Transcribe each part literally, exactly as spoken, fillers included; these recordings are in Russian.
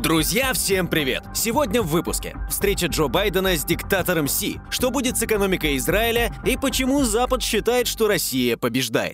Друзья, всем привет! Сегодня в выпуске. Встреча Джо Байдена с диктатором Си. Что будет с экономикой Израиля и почему Запад считает, что Россия побеждает.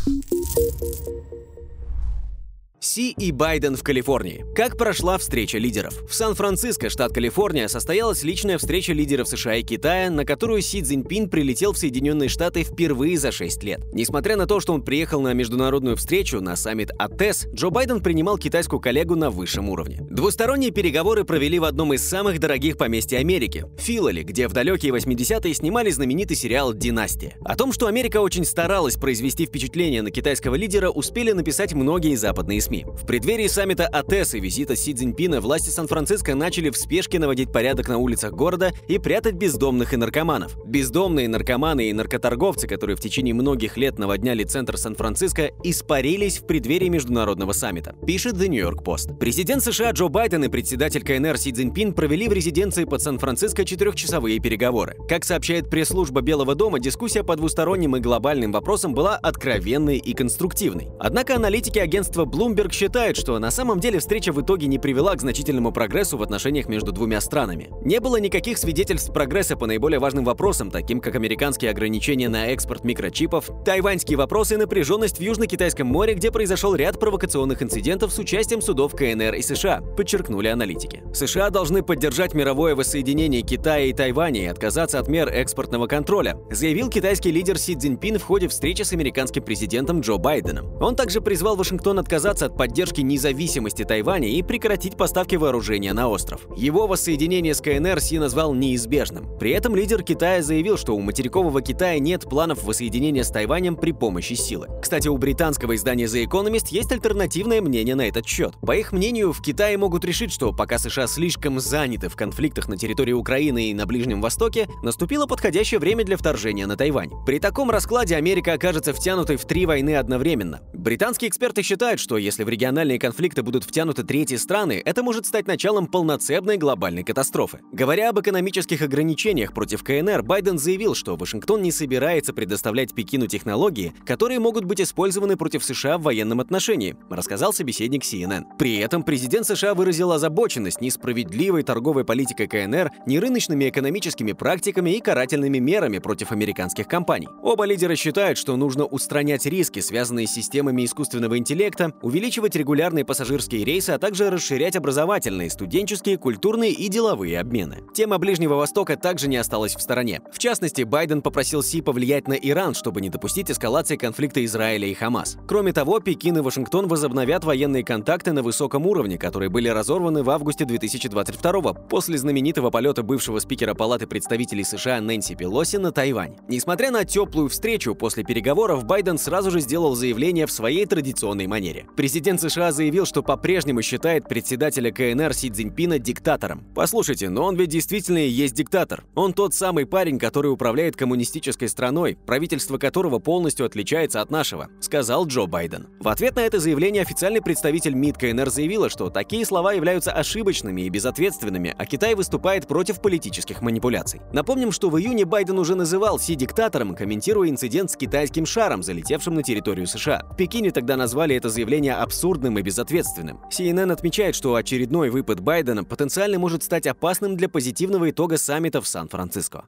Си и Байден в Калифорнии. Как прошла встреча лидеров? В Сан-Франциско, штат Калифорния, состоялась личная встреча лидеров США и Китая, на которую Си Цзиньпин прилетел в Соединенные Штаты впервые за шесть лет. Несмотря на то, что он приехал на международную встречу, на саммит эй ти и эс, Джо Байден принимал китайскую коллегу на высшем уровне. Двусторонние переговоры провели в одном из самых дорогих поместий Америки – Филлоле, где в далекие восьмидесятые снимали знаменитый сериал «Династия». О том, что Америка очень старалась произвести впечатление на китайского лидера, успели написать многие западные СМИ. В преддверии саммита эй ти и эс и визита Си Цзиньпина власти Сан-Франциско начали в спешке наводить порядок на улицах города и прятать бездомных и наркоманов. Бездомные, наркоманы и наркоторговцы, которые в течение многих лет наводняли центр Сан-Франциско, испарились в преддверии международного саммита, пишет The New York Post. Президент США Джо Байден и председатель ка эн эр Си Цзиньпин провели в резиденции под Сан-Франциско четырехчасовые переговоры. Как сообщает пресс-служба Белого дома, дискуссия по двусторонним и глобальным вопросам была откровенной и конструктивной. Однако аналитики агентства Bloomberg считают, что на самом деле встреча в итоге не привела к значительному прогрессу в отношениях между двумя странами. Не было никаких свидетельств прогресса по наиболее важным вопросам, таким как американские ограничения на экспорт микрочипов, тайваньские вопросы и напряженность в Южно-Китайском море, где произошел ряд провокационных инцидентов с участием судов ка эн эр и США, подчеркнули аналитики. США должны поддержать мировое воссоединение Китая и Тайваня и отказаться от мер экспортного контроля, заявил китайский лидер Си Цзиньпин в ходе встречи с американским президентом Джо Байденом. Он также призвал Вашингтон отказаться от поддержки независимости Тайваня и прекратить поставки вооружения на остров. Его воссоединение с ка эн эр Си назвал неизбежным. При этом лидер Китая заявил, что у материкового Китая нет планов воссоединения с Тайванем при помощи силы. Кстати, у британского издания The Economist есть альтернативное мнение на этот счет. По их мнению, в Китае могут решить, что пока США слишком заняты в конфликтах на территории Украины и на Ближнем Востоке, наступило подходящее время для вторжения на Тайвань. При таком раскладе Америка окажется втянутой в три войны одновременно. Британские эксперты считают, что если в региональные конфликты будут втянуты третьи страны, это может стать началом полноценной глобальной катастрофы. Говоря об экономических ограничениях против ка эн эр, Байден заявил, что Вашингтон не собирается предоставлять Пекину технологии, которые могут быть использованы против США в военном отношении, рассказал собеседник си эн эн. При этом президент США выразил озабоченность несправедливой торговой политикой ка эн эр, нерыночными экономическими практиками и карательными мерами против американских компаний. Оба лидера считают, что нужно устранять риски, связанные с системами искусственного интеллекта, увеличивать регулярные пассажирские рейсы, а также расширять образовательные, студенческие, культурные и деловые обмены. Тема Ближнего Востока также не осталась в стороне. В частности, Байден попросил Си повлиять на Иран, чтобы не допустить эскалации конфликта Израиля и Хамас. Кроме того, Пекин и Вашингтон возобновят военные контакты на высоком уровне, которые были разорваны в августе две тысячи двадцать второго после знаменитого полета бывшего спикера Палаты представителей США Нэнси Пелоси на Тайвань. Несмотря на теплую встречу, после переговоров Байден сразу же сделал заявление в своей традиционной манере. Президент США заявил, что по-прежнему считает председателя ка эн эр Си Цзиньпина диктатором. Послушайте, но он ведь действительно и есть диктатор. Он тот самый парень, который управляет коммунистической страной, правительство которого полностью отличается от нашего, сказал Джо Байден. В ответ на это заявление официальный представитель МИД ка эн эр заявила, что такие слова являются ошибочными и безответственными, а Китай выступает против политических манипуляций. Напомним, что в июне Байден уже называл Си диктатором, комментируя инцидент с китайским шаром, залетевшим на территорию США. В Пекине тогда назвали это заявление абсурдным и безответственным. си эн эн отмечает, что очередной выпад Байдена потенциально может стать опасным для позитивного итога саммита в Сан-Франциско.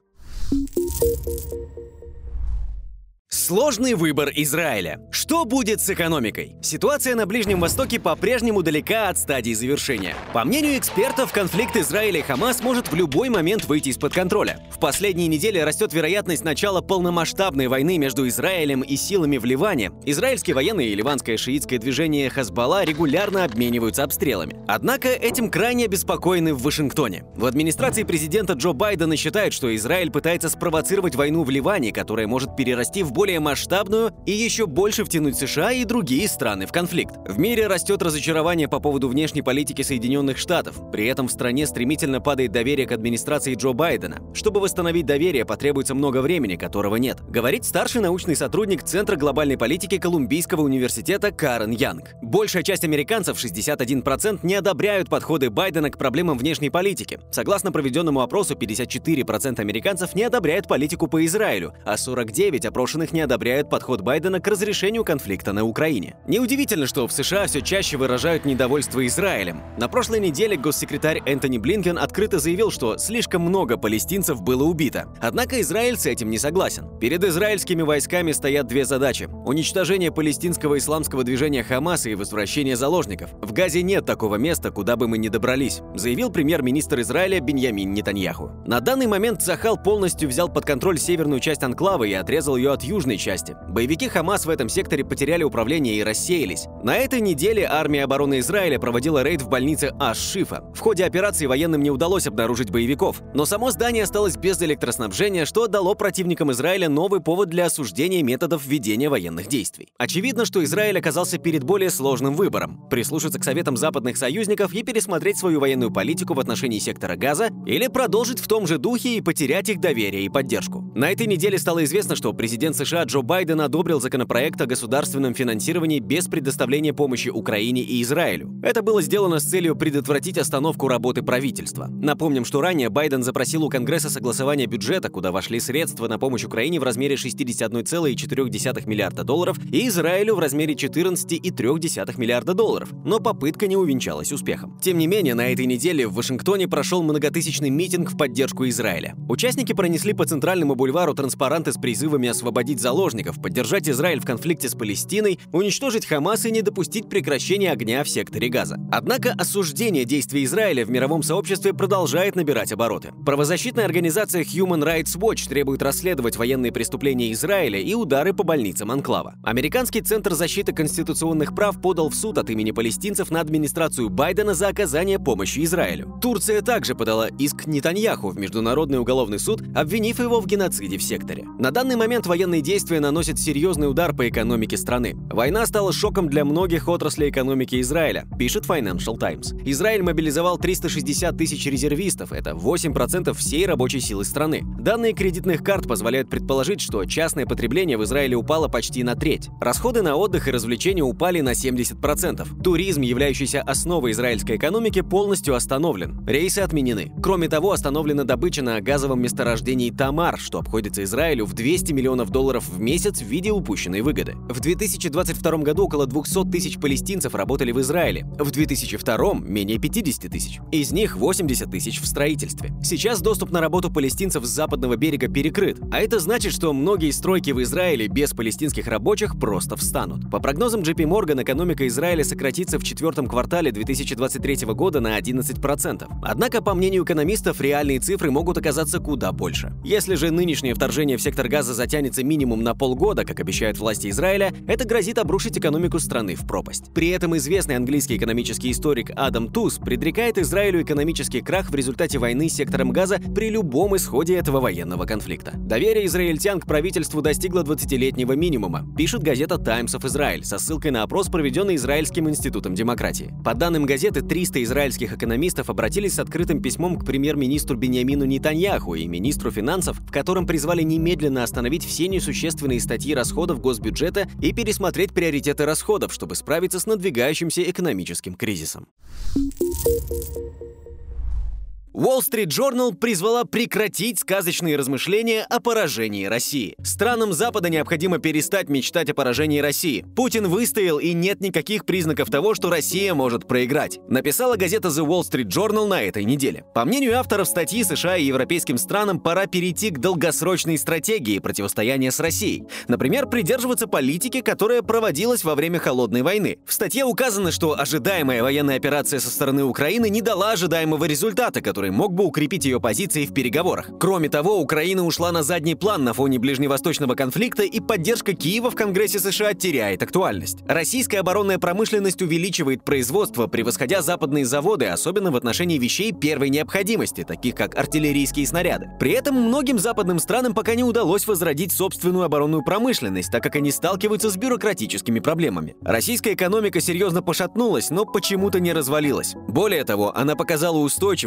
Сложный выбор Израиля. Что будет с экономикой? Ситуация на Ближнем Востоке по-прежнему далека от стадии завершения. По мнению экспертов, конфликт Израиля и Хамас может в любой момент выйти из-под контроля. В последние недели растет вероятность начала полномасштабной войны между Израилем и силами в Ливане. Израильские военные и ливанское шиитское движение Хезболла регулярно обмениваются обстрелами. Однако этим крайне обеспокоены в Вашингтоне. В администрации президента Джо Байдена считают, что Израиль пытается спровоцировать войну в Ливане, которая может перерасти в более масштабную и еще больше втянуть США и другие страны в конфликт. В мире растет разочарование по поводу внешней политики Соединенных Штатов. При этом в стране стремительно падает доверие к администрации Джо Байдена. Чтобы восстановить доверие, потребуется много времени, которого нет, говорит старший научный сотрудник Центра глобальной политики Колумбийского университета Карен Янг. Большая часть американцев, шестьдесят один процент, не одобряют подходы Байдена к проблемам внешней политики. Согласно проведенному опросу, пятьдесят четыре процента американцев не одобряют политику по Израилю, а сорок девять опрошенных не одобряют подход Байдена к разрешению конфликта на Украине. Неудивительно, что в США все чаще выражают недовольство Израилем. На прошлой неделе госсекретарь Энтони Блинкен открыто заявил, что слишком много палестинцев было убито. Однако Израиль с этим не согласен. Перед израильскими войсками стоят две задачи – уничтожение палестинского исламского движения Хамас и возвращение заложников. В Газе нет такого места, куда бы мы ни добрались, заявил премьер-министр Израиля Биньямин Нетаньяху. На данный момент Цахал полностью взял под контроль северную часть анклава и отрезал ее от южной части. Боевики Хамас в этом секторе потеряли управление и рассеялись. На этой неделе армия обороны Израиля проводила рейд в больнице Аш-Шифа. В ходе операции военным не удалось обнаружить боевиков, но само здание осталось без электроснабжения, что дало противникам Израиля новый повод для осуждения методов ведения военных действий. Очевидно, что Израиль оказался перед более сложным выбором – прислушаться к советам западных союзников и пересмотреть свою военную политику в отношении сектора Газа или продолжить в том же духе и потерять их доверие и поддержку. На этой неделе стало известно, что президент США Джо Байден одобрил законопроект о государственном финансировании без предоставления помощи Украине и Израилю. Это было сделано с целью предотвратить остановку работы правительства. Напомним, что ранее Байден запросил у Конгресса согласование бюджета, куда вошли средства на помощь Украине в размере шестьдесят одна целая четыре десятых миллиарда долларов и Израилю в размере четырнадцать целых три десятых миллиарда долларов, но попытка не увенчалась успехом. Тем не менее, на этой неделе в Вашингтоне прошел многотысячный митинг в поддержку Израиля. Участники пронесли по центральному бульвару транспаранты с призывами освободить заложников, поддержать Израиль в конфликте с Палестиной, уничтожить Хамас и не допустить прекращения огня в секторе Газа. Однако осуждение действий Израиля в мировом сообществе продолжает набирать обороты. Правозащитная организация Human Rights Watch требует расследовать военные преступления Израиля и удары по больницам анклава. Американский центр защиты конституционных прав подал в суд от имени палестинцев на администрацию Байдена за оказание помощи Израилю. Турция также подала иск Нетаньяху в Международный уголовный суд, обвинив его в геноциде в секторе. На данный момент военные действия наносят серьезный удар по экономике страны. Война стала шоком для многих отраслей экономики Израиля, пишет Financial Times. Израиль мобилизовал триста шестьдесят тысяч резервистов, это восемь процентов всей рабочей силы страны. Данные кредитных карт позволяют предположить, что частное потребление в Израиле упало почти на треть. Расходы на отдых и развлечения упали на семьдесят процентов. Туризм, являющийся основой израильской экономики, полностью остановлен. Рейсы отменены. Кроме того, остановлена добыча на газовом месторождении Тамар, что обходится Израилю в двести миллионов долларов в месяц в виде упущенной выгоды. В две тысячи двадцать втором году около двухсот тысяч палестинцев работали в Израиле. В две тысячи втором менее пятидесяти тысяч. Из них восемьдесят тысяч в строительстве. Сейчас доступ на работу палестинцев с западного берега перекрыт, а это значит, что многие стройки в Израиле без палестинских рабочих просто встанут. По прогнозам джей пи Morgan, экономика Израиля сократится в четвертом квартале две тысячи двадцать третьего года на одиннадцать процентов. Однако, по мнению экономистов, реальные цифры могут оказаться куда больше. Если же нынешнее вторжение в сектор Газа затянется минимум на полгода, как обещают власти Израиля, это грозит обрушить экономику страны в пропасть. При этом известный английский экономический историк Адам Туз предрекает Израилю экономический крах в результате войны с сектором Газа при любом исходе этого военного конфликта. Доверие израильтян к правительству достигло двадцатилетнего минимума, пишет газета Times of Israel со ссылкой на опрос, проведенный Израильским институтом демократии. По данным газеты, триста израильских экономистов обратились с открытым письмом к премьер-министру Биньямину Нетаньяху и министру финансов, в котором призвали немедленно остановить все несущественные статьи расходов госбюджета и пересмотреть приоритеты расходов, чтобы справиться с надвигающимся экономическим кризисом. Wall Street Journal призвала прекратить сказочные размышления о поражении России. Странам Запада необходимо перестать мечтать о поражении России. Путин выстоял, и нет никаких признаков того, что Россия может проиграть, написала газета The Wall Street Journal на этой неделе. По мнению авторов статьи, США и европейским странам пора перейти к долгосрочной стратегии противостояния с Россией. Например, придерживаться политики, которая проводилась во время Холодной войны. В статье указано, что ожидаемая военная операция со стороны Украины не дала ожидаемого результата, который мог бы укрепить ее позиции в переговорах. Кроме того, Украина ушла на задний план на фоне ближневосточного конфликта, и поддержка Киева в Конгрессе США теряет актуальность. Российская оборонная промышленность увеличивает производство, превосходя западные заводы, особенно в отношении вещей первой необходимости, таких как артиллерийские снаряды. При этом многим западным странам пока не удалось возродить собственную оборонную промышленность, так как они сталкиваются с бюрократическими проблемами. Российская экономика серьезно пошатнулась, но почему-то не развалилась. Более того, она показала устойчивость, адаптировалась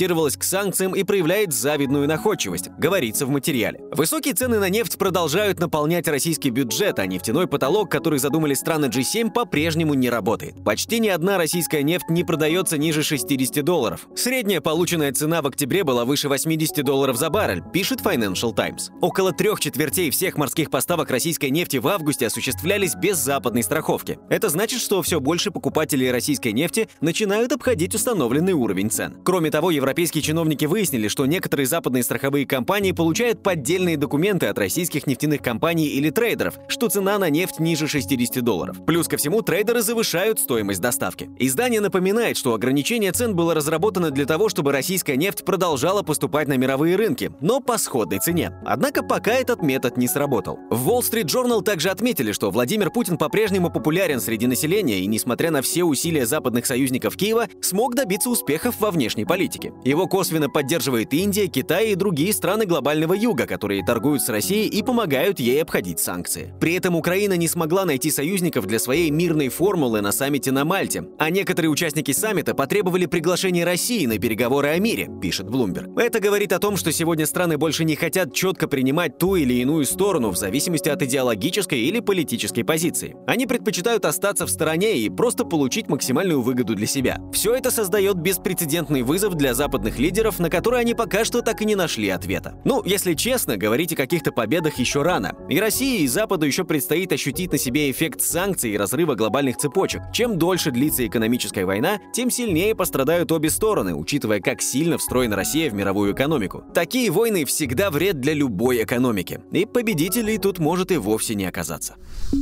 адаптировалась к санкциям и проявляет завидную находчивость, говорится в материале. Высокие цены на нефть продолжают наполнять российский бюджет, а нефтяной потолок, который задумали страны джи семь, по-прежнему не работает. Почти ни одна российская нефть не продается ниже шестидесяти долларов. Средняя полученная цена в октябре была выше восьмидесяти долларов за баррель, пишет Financial Times. Около трех четвертей всех морских поставок российской нефти в августе осуществлялись без западной страховки. Это значит, что все больше покупателей российской нефти начинают обходить установленный уровень цен. Кроме того, европейские чиновники выяснили, что некоторые западные страховые компании получают поддельные документы от российских нефтяных компаний или трейдеров, что цена на нефть ниже шестидесяти долларов. Плюс ко всему, трейдеры завышают стоимость доставки. Издание напоминает, что ограничение цен было разработано для того, чтобы российская нефть продолжала поступать на мировые рынки, но по сходной цене. Однако пока этот метод не сработал. В Wall Street Journal также отметили, что Владимир Путин по-прежнему популярен среди населения и, несмотря на все усилия западных союзников Киева, смог добиться успехов во внешней политике. Его косвенно поддерживает Индия, Китай и другие страны глобального юга, которые торгуют с Россией и помогают ей обходить санкции. При этом Украина не смогла найти союзников для своей мирной формулы на саммите на Мальте, а некоторые участники саммита потребовали приглашения России на переговоры о мире, пишет Bloomberg. Это говорит о том, что сегодня страны больше не хотят четко принимать ту или иную сторону в зависимости от идеологической или политической позиции. Они предпочитают остаться в стороне и просто получить максимальную выгоду для себя. Все это создает беспрецедентный вызов для западных лидеров, на который они пока что так и не нашли ответа. Ну, если честно, говорить о каких-то победах еще рано. И России, и Западу еще предстоит ощутить на себе эффект санкций и разрыва глобальных цепочек. Чем дольше длится экономическая война, тем сильнее пострадают обе стороны, учитывая, как сильно встроена Россия в мировую экономику. Такие войны всегда вред для любой экономики. И победителей тут может и вовсе не оказаться.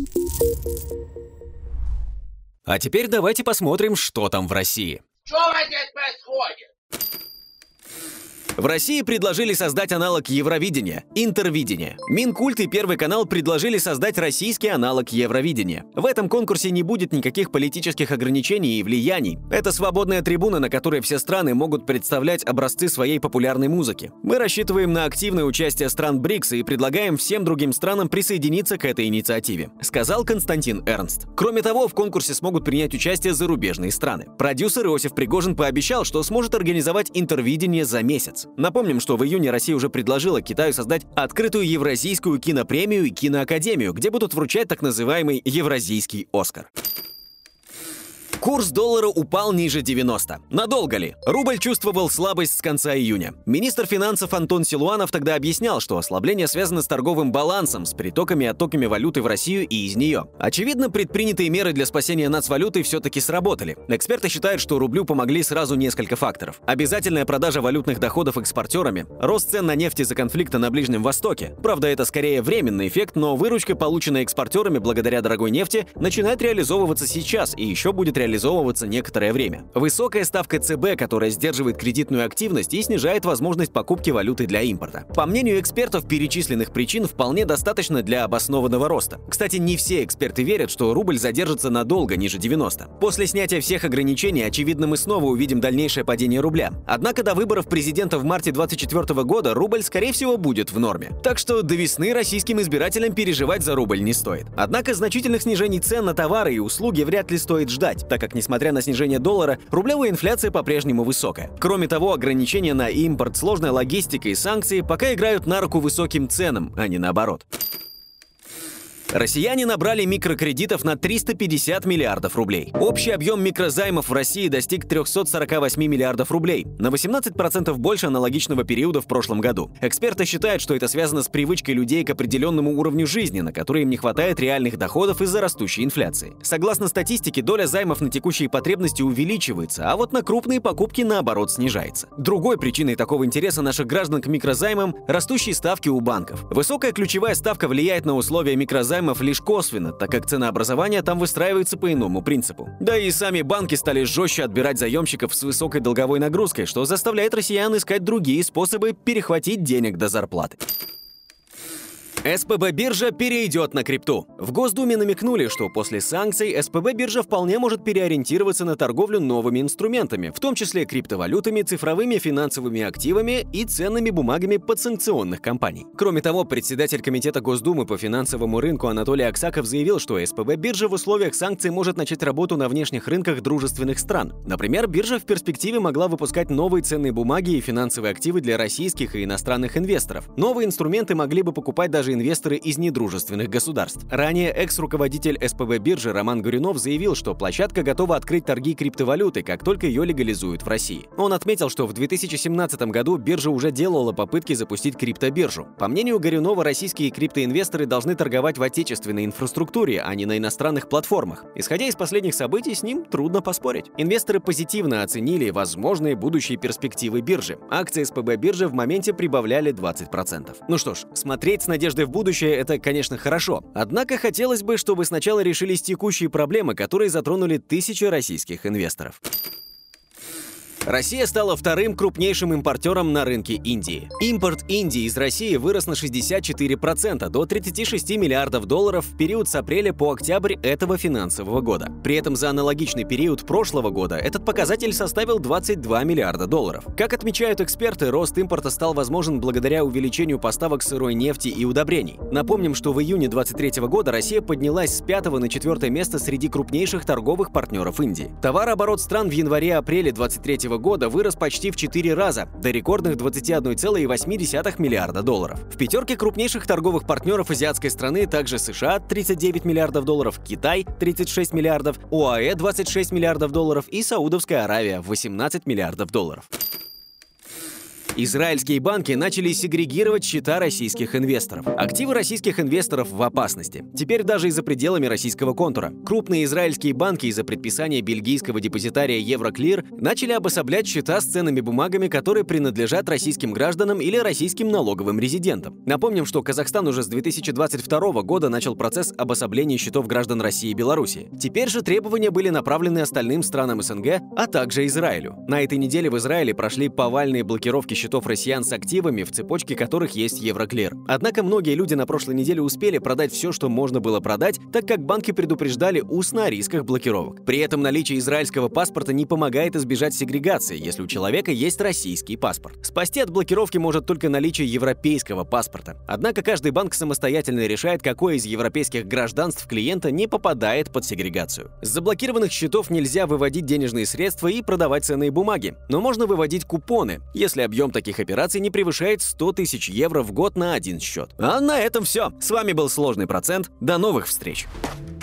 А теперь давайте посмотрим, что там в России. Что у вас здесь происходит? В России предложили создать аналог Евровидения – Интервидение. Минкульт и Первый канал предложили создать российский аналог Евровидения. В этом конкурсе не будет никаких политических ограничений и влияний. Это свободная трибуна, на которой все страны могут представлять образцы своей популярной музыки. Мы рассчитываем на активное участие стран БРИКС и предлагаем всем другим странам присоединиться к этой инициативе, сказал Константин Эрнст. Кроме того, в конкурсе смогут принять участие зарубежные страны. Продюсер Иосиф Пригожин пообещал, что сможет организовать Интервидение за месяц. Напомним, что в июне Россия уже предложила Китаю создать открытую Евразийскую кинопремию и киноакадемию, где будут вручать так называемый Евразийский Оскар. Курс доллара упал ниже девяноста. Надолго ли? Рубль чувствовал слабость с конца июня. Министр финансов Антон Силуанов тогда объяснял, что ослабление связано с торговым балансом, с притоками и оттоками валюты в Россию и из нее. Очевидно, предпринятые меры для спасения нацвалюты все-таки сработали. Эксперты считают, что рублю помогли сразу несколько факторов. Обязательная продажа валютных доходов экспортерами, рост цен на нефть из-за конфликта на Ближнем Востоке. Правда, это скорее временный эффект, но выручка, полученная экспортерами благодаря дорогой нефти, начинает реализовываться сейчас и еще будет реализовываться реализовываться некоторое время. Высокая ставка ЦБ, которая сдерживает кредитную активность и снижает возможность покупки валюты для импорта. По мнению экспертов, перечисленных причин вполне достаточно для обоснованного роста. Кстати, не все эксперты верят, что рубль задержится надолго ниже девяноста. После снятия всех ограничений, очевидно, мы снова увидим дальнейшее падение рубля. Однако до выборов президента в марте двадцать четвёртого года рубль, скорее всего, будет в норме. Так что до весны российским избирателям переживать за рубль не стоит. Однако значительных снижений цен на товары и услуги вряд ли стоит ждать, так как, несмотря на снижение доллара, рублевая инфляция по-прежнему высокая. Кроме того, ограничения на импорт, сложная логистика и санкции пока играют на руку высоким ценам, а не наоборот. Россияне набрали микрокредитов на триста пятьдесят миллиардов рублей. Общий объем микрозаймов в России достиг трёхсот сорока восьми миллиардов рублей, на восемнадцать процентов больше аналогичного периода в прошлом году. Эксперты считают, что это связано с привычкой людей к определенному уровню жизни, на который им не хватает реальных доходов из-за растущей инфляции. Согласно статистике, доля займов на текущие потребности увеличивается, а вот на крупные покупки, наоборот, снижается. Другой причиной такого интереса наших граждан к микрозаймам – растущие ставки у банков. Высокая ключевая ставка влияет на условия микрозаймов лишь косвенно, так как ценообразование там выстраивается по иному принципу. Да и сами банки стали жестче отбирать заемщиков с высокой долговой нагрузкой, что заставляет россиян искать другие способы перехватить денег до зарплаты. эс пэ бэ-биржа перейдет на крипту. В Госдуме намекнули, что после санкций эс пэ бэ-биржа вполне может переориентироваться на торговлю новыми инструментами, в том числе криптовалютами, цифровыми финансовыми активами и ценными бумагами подсанкционных компаний. Кроме того, председатель Комитета Госдумы по финансовому рынку Анатолий Аксаков заявил, что эс пэ бэ-биржа в условиях санкций может начать работу на внешних рынках дружественных стран. Например, биржа в перспективе могла выпускать новые ценные бумаги и финансовые активы для российских и иностранных инвесторов. Новые инструменты могли бы покупать даже инвесторы из недружественных государств. Ранее экс-руководитель эс пэ бэ-биржи Роман Горюнов заявил, что площадка готова открыть торги криптовалюты, как только ее легализуют в России. Он отметил, что в две тысячи семнадцатом году биржа уже делала попытки запустить криптобиржу. По мнению Горюнова, российские криптоинвесторы должны торговать в отечественной инфраструктуре, а не на иностранных платформах. Исходя из последних событий, с ним трудно поспорить. Инвесторы позитивно оценили возможные будущие перспективы биржи. Акции эс пэ бэ-биржи в моменте прибавляли двадцать процентов. Ну что ж, смотреть с надеждой в будущее – это, конечно, хорошо. Однако хотелось бы, чтобы сначала решились текущие проблемы, которые затронули тысячи российских инвесторов. Россия стала вторым крупнейшим импортером на рынке Индии. Импорт Индии из России вырос на шестьдесят четыре процента до тридцати шести миллиардов долларов в период с апреля по октябрь этого финансового года. При этом за аналогичный период прошлого года этот показатель составил двадцать два миллиарда долларов. Как отмечают эксперты, рост импорта стал возможен благодаря увеличению поставок сырой нефти и удобрений. Напомним, что в июне две тысячи двадцать третьего года Россия поднялась с пятого на четвертое место среди крупнейших торговых партнеров Индии. Товарооборот стран в январе-апреле две тысячи двадцать третьего года вырос почти в четыре раза, до рекордных двадцати одной целой восьми десятых миллиарда долларов. В пятерке крупнейших торговых партнеров азиатской страны также США – тридцать девять миллиардов долларов, Китай – тридцать шесть миллиардов, ОАЭ – двадцать шесть миллиардов долларов и Саудовская Аравия – восемнадцать миллиардов долларов. Израильские банки начали сегрегировать счета российских инвесторов. Активы российских инвесторов в опасности. Теперь даже и за пределами российского контура. Крупные израильские банки из-за предписания бельгийского депозитария Евроклир начали обособлять счета с ценными бумагами, которые принадлежат российским гражданам или российским налоговым резидентам. Напомним, что Казахстан уже с две тысячи двадцать второго года начал процесс обособления счетов граждан России и Беларуси. Теперь же требования были направлены остальным странам эс эн гэ, а также Израилю. На этой неделе в Израиле прошли повальные блокировки счетов россиян с активами, в цепочке которых есть Евроклир. Однако многие люди на прошлой неделе успели продать все, что можно было продать, так как банки предупреждали устно о рисках блокировок. При этом наличие израильского паспорта не помогает избежать сегрегации, если у человека есть российский паспорт. Спасти от блокировки может только наличие европейского паспорта. Однако каждый банк самостоятельно решает, какое из европейских гражданств клиента не попадает под сегрегацию. С заблокированных счетов нельзя выводить денежные средства и продавать ценные бумаги, но можно выводить купоны, если объем таких операций не превышает сто тысяч евро в год на один счет. А на этом все. С вами был Сложный процент. До новых встреч!